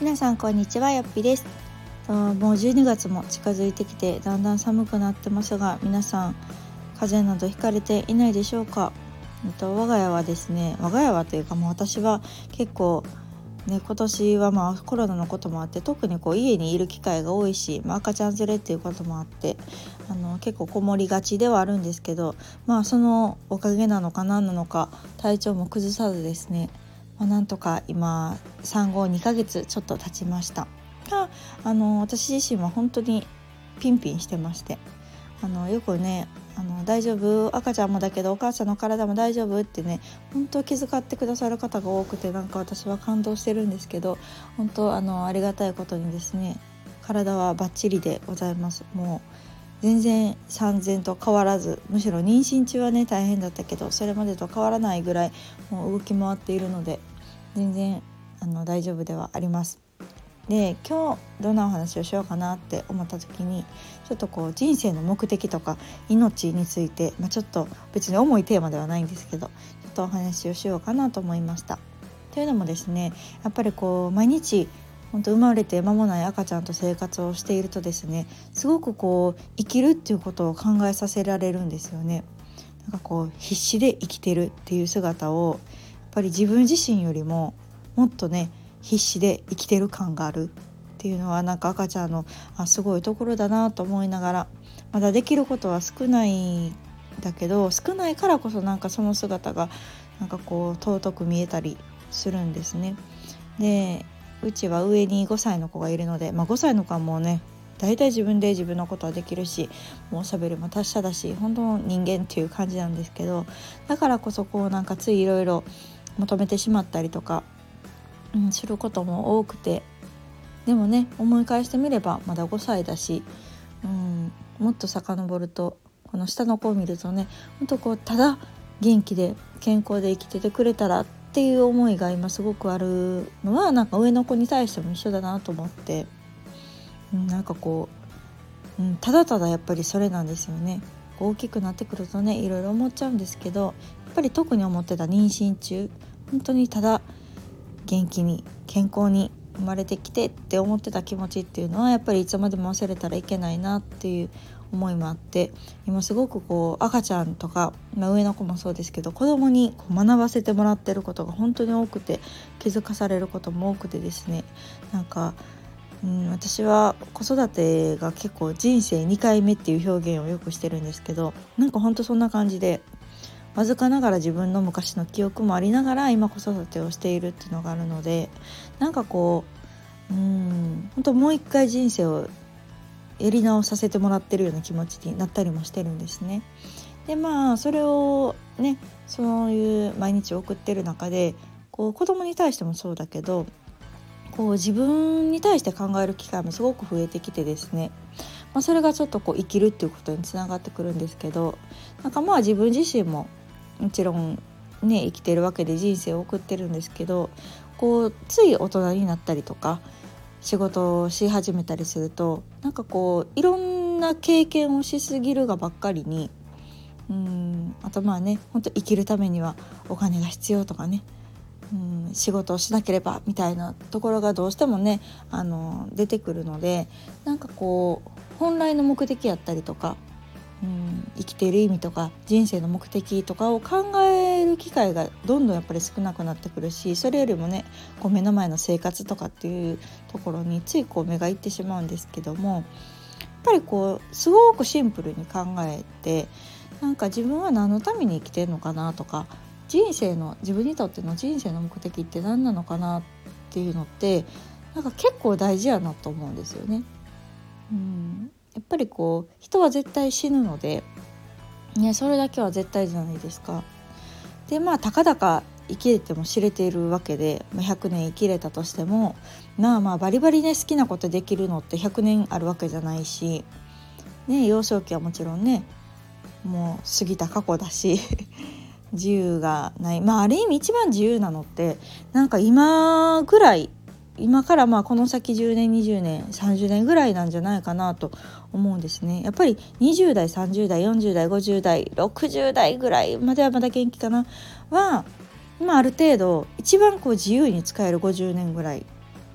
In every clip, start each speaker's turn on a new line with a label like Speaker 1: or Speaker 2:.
Speaker 1: 皆さんこんにちは、よっぴです。もう12月も近づいてきてだんだん寒くなってますが、皆さん風邪などひかれていないでしょうか。我が家はですね、我が家はというかもう私は結構ね、今年はコロナのこともあって特に家にいる機会が多いし、赤ちゃん連れっていうこともあって結構こもりがちではあるんですけど、そのおかげなのか何なのか体調も崩さずですね、なんとか今産後2ヶ月ちょっと経ちましたが、私自身は本当にピンピンしてまして、よくね大丈夫、赤ちゃんもだけどお母さんの体も大丈夫ってね、本当気遣ってくださる方が多くて、私は感動してるんですけど、本当ありがたいことにですね、体はバッチリでございます。もう全然産前と変わらず、むしろ妊娠中はね大変だったけど、それまでと変わらないぐらいもう動き回っているので、全然大丈夫ではあります。で、今日どんなお話をしようかなって思った時に、ちょっと人生の目的とか命について、ちょっと別に重いテーマではないんですけど、ちょっとお話をしようかなと思いました。というのもですね、やっぱり毎日本当生まれて間もない赤ちゃんと生活をしているとですね、すごく生きるっていうことを考えさせられるんですよね。必死で生きてるっていう姿を、やっぱり自分自身よりももっとね必死で生きてる感があるっていうのは、赤ちゃんのすごいところだなと思いながら、まだできることは少ないんだけど、少ないからこそその姿が尊く見えたりするんですね。で、うちは上に5歳の子がいるので、5歳の子はもうね大体自分で自分のことはできるし、もうおしゃべりも達者だし、本当の人間っていう感じなんですけど、だからこそついいろいろ求めてしまったりとか、することも多くて、でもね思い返してみればまだ5歳だし、もっと遡るとこの下の子を見るとね、本当ただ元気で健康で生きててくれたらっていう思いが今すごくあるのは、上の子に対しても一緒だなと思って、ただただやっぱりそれなんですよね。大きくなってくるとねいろいろ思っちゃうんですけど、やっぱり特に思ってた妊娠中、本当にただ元気に健康に生まれてきてって思ってた気持ちっていうのは、やっぱりいつまでも忘れたらいけないなっていう思いもあって、今すごく赤ちゃんとか、上の子もそうですけど、子供に学ばせてもらってることが本当に多くて、気づかされることも多くてですね、私は子育てが結構人生2回目っていう表現をよくしてるんですけど、本当そんな感じで、わずかながら自分の昔の記憶もありながら今子育てをしているっていうのがあるので、本当もう一回人生をやり直させてもらってるような気持ちになったりもしてるんですね。でそれをね、そういう毎日を送ってる中で子供に対してもそうだけど、自分に対して考える機会もすごく増えてきてですね、それがちょっと生きるっていうことにつながってくるんですけど、自分自身ももちろんね生きてるわけで人生を送ってるんですけど、つい大人になったりとか仕事をし始めたりすると、いろんな経験をしすぎるがばっかりに、あと本当生きるためにはお金が必要とかね、仕事をしなければみたいなところがどうしてもね出てくるので、本来の目的やったりとか、生きている意味とか人生の目的とかを考える機会がどんどんやっぱり少なくなってくるし、それよりもね目の前の生活とかっていうところについ目がいってしまうんですけども、やっぱりすごくシンプルに考えて、自分は何のために生きてるのかなとか、自分にとっての人生の目的って何なのかなっていうのって結構大事やなと思うんですよね。やっぱり人は絶対死ぬので、それだけは絶対じゃないですか。でたかだか生きれても知れているわけで、100年生きれたとしてもバリバリね好きなことできるのって100年あるわけじゃないし、幼少期はもちろんねもう過ぎた過去だし自由がない、ある意味一番自由なのって今ぐらい、今からこの先10年20年30年ぐらいなんじゃないかなと思うんですね。やっぱり20代30代40代50代60代ぐらいまではまだ元気かなは、ある程度一番自由に使える50年ぐらい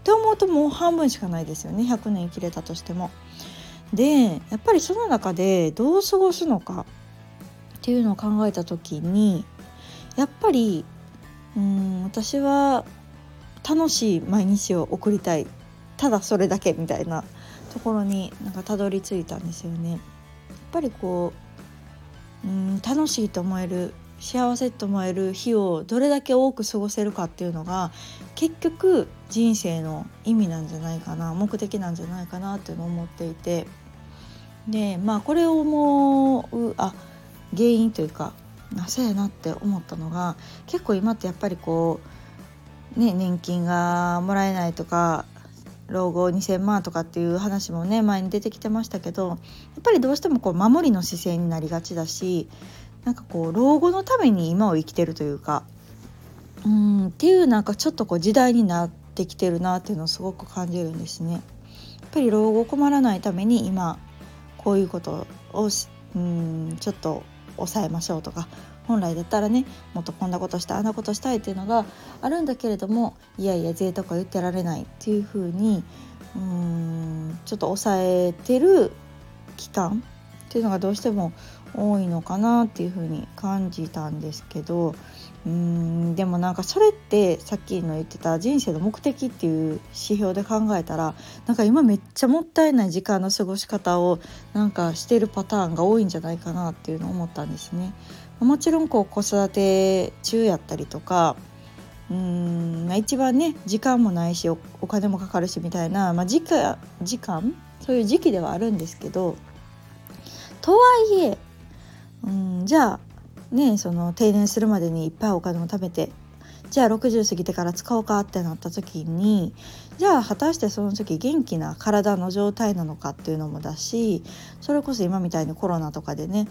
Speaker 1: って思うともう半分しかないですよね、100年生きれたとしても。でやっぱりその中でどう過ごすのかっていうのを考えた時に、やっぱり私は楽しい毎日を送りたい、ただそれだけみたいなところになんかたどり着いたんですよね。やっぱりこう楽しいと思える、幸せと思える日をどれだけ多く過ごせるかっていうのが結局人生の意味なんじゃないかな、目的なんじゃないかなっていうのを思っていて、でこれを思う原因というかそうやなって思ったのが、結構今ってやっぱりこう年金がもらえないとか老後2000万とかっていう話もね前に出てきてましたけど、やっぱりどうしてもこう守りの姿勢になりがちだし、なんかこう老後のために今を生きてるというかっていうなんかちょっとこう時代になってきてるなっていうのをすごく感じるんですね。やっぱり老後困らないために今こういうことをちょっと抑えましょうとか、本来だったらねもっとこんなことしたいあんなことしたいっていうのがあるんだけれども、いやいや贅沢は言ってられないっていう風にちょっと抑えてる期間っていうのがどうしても多いのかなっていう風に感じたんですけど、でもなんかそれってさっきの言ってた人生の目的っていう指標で考えたら、なんか今めっちゃもったいない時間の過ごし方をなんかしてるパターンが多いんじゃないかなっていうのを思ったんですね。もちろんこう子育て中やったりとか一番ね時間もないし お金もかかるしみたいな、時間そういう時期ではあるんですけど、とはいえじゃあねその定年するまでにいっぱいお金を貯めて、じゃあ60過ぎてから使おうかってなった時に、じゃあ果たしてその時元気な体の状態なのかっていうのもだし、それこそ今みたいにコロナとかでね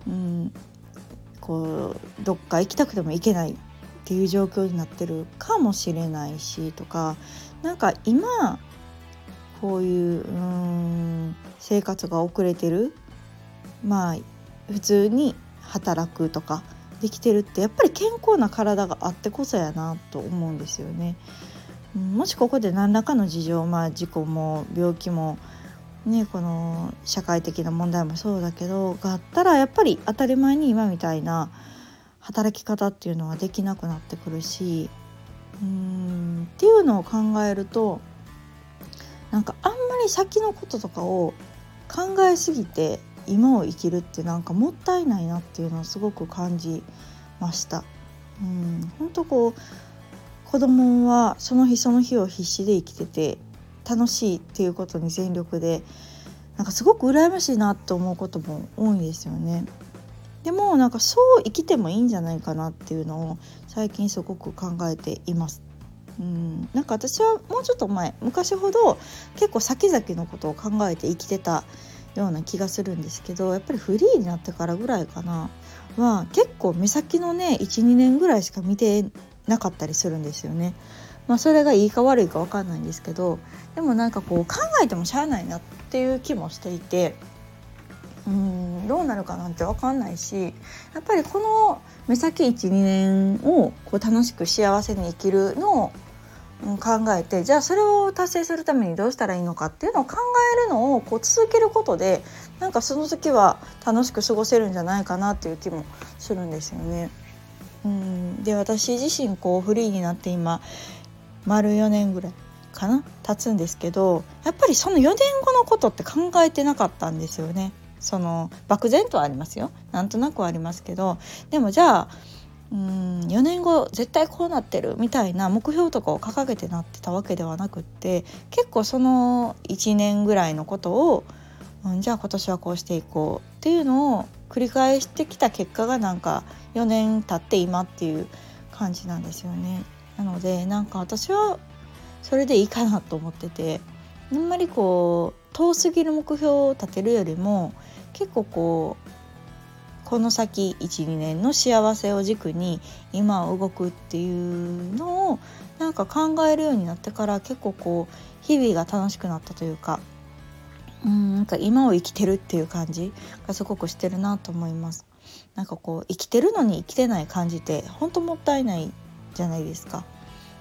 Speaker 1: こうどっか行きたくても行けないっていう状況になってるかもしれないしとか、なんか今こういう生活が遅れてる、普通に働くとかできてるってやっぱり健康な体があってこそやなと思うんですよね。もしここで何らかの事情、事故も病気もね、この社会的な問題もそうだけどがあったら、やっぱり当たり前に今みたいな働き方っていうのはできなくなってくるしっていうのを考えると、なんかあんまり先のこととかを考えすぎて今を生きるってなんかもったいないなっていうのをすごく感じました。本当こう子供はその日その日を必死で生きてて楽しいっていうことに全力で、なんかすごく羨ましいなと思うことも多いんですよね。でもなんかそう生きてもいいんじゃないかなっていうのを最近すごく考えています。なんか私はもうちょっと昔ほど結構先々のことを考えて生きてたような気がするんですけど、やっぱりフリーになってからぐらいかなは結構目先のね 1,2 年ぐらいしか見てなかったりするんですよね。それがいいか悪いか分かんないんですけど、でもなんかこう考えてもしゃあないなっていう気もしていて、どうなるかなんて分かんないし、やっぱりこの目先 1,2 年をこう楽しく幸せに生きるのを考えて、じゃあそれを達成するためにどうしたらいいのかっていうのを考えるのをこう続けることで、なんかその時は楽しく過ごせるんじゃないかなっていう気もするんですよね。で私自身こうフリーになって今丸4年ぐらいかな経つんですけど、やっぱりその4年後のことって考えてなかったんですよね。その漠然とはありますよ、なんとなくはありますけど、でもじゃあ4年後絶対こうなってるみたいな目標とかを掲げてなってたわけではなくって、結構その1年ぐらいのことを、じゃあ今年はこうしていこうっていうのを繰り返してきた結果がなんか4年経って今っていう感じなんですよね。なのでなんか私はそれでいいかなと思ってて、あんまりこう遠すぎる目標を立てるよりも結構この先 1,2 年の幸せを軸に今動くっていうのをなんか考えるようになってから、結構日々が楽しくなったというか、なんか今を生きてるっていう感じがすごくしてるなと思います。なんか生きてるのに生きてない感じって本当もったいないじゃないですか。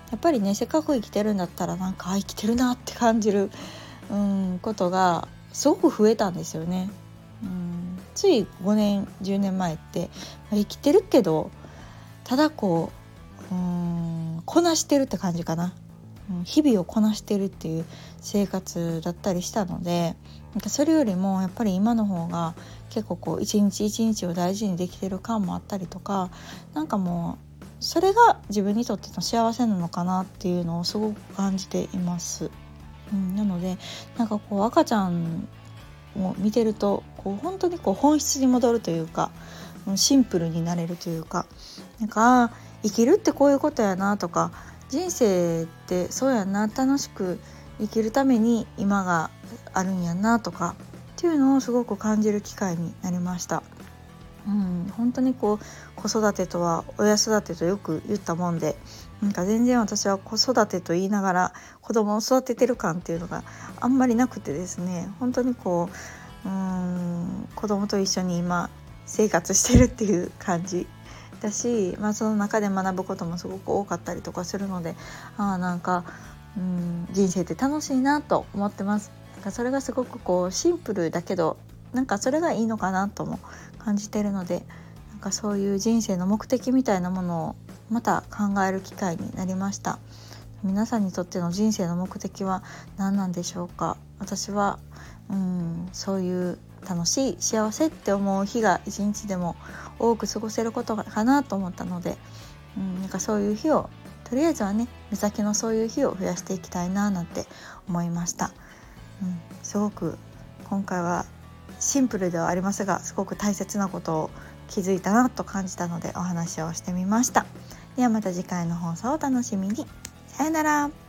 Speaker 1: やっぱりね、せっかく生きてるんだったらなんか生きてるなって感じる、ことがすごく増えたんですよね。つい5年10年前って生きてるけどただこなしてるって感じかな。日々をこなしてるっていう生活だったりしたので、なんかそれよりもやっぱり今の方が結構一日一日を大事にできてる感もあったりとか、なんかもうそれが自分にとっての幸せなのかなっていうのをすごく感じています。なのでなんか赤ちゃんを見てると本当に本質に戻るというか、シンプルになれるというか、なんか生きるってこういうことやなとか、人生ってそうやな、楽しく生きるために今があるんやなとかっていうのをすごく感じる機会になりました。本当に子育てとは親育てとよく言ったもんで、なんか全然私は子育てと言いながら子供を育ててる感っていうのがあんまりなくてですね、本当に子供と一緒に今生活してるっていう感じだし、その中で学ぶこともすごく多かったりとかするので、なんか人生って楽しいなと思ってます。なんかそれがすごくシンプルだけど、なんかそれがいいのかなとも感じてるので、なんかそういう人生の目的みたいなものをまた考える機会になりました。皆さんにとっての人生の目的は何なんでしょうか。私はそういう楽しい幸せって思う日が一日でも多く過ごせることかなと思ったので、なんかそういう日をとりあえずはね、目先のそういう日を増やしていきたいななんて思いました。すごく今回はシンプルではありますが、すごく大切なことを気づいたなと感じたのでお話をしてみました。ではまた次回の放送をお楽しみに。さよなら。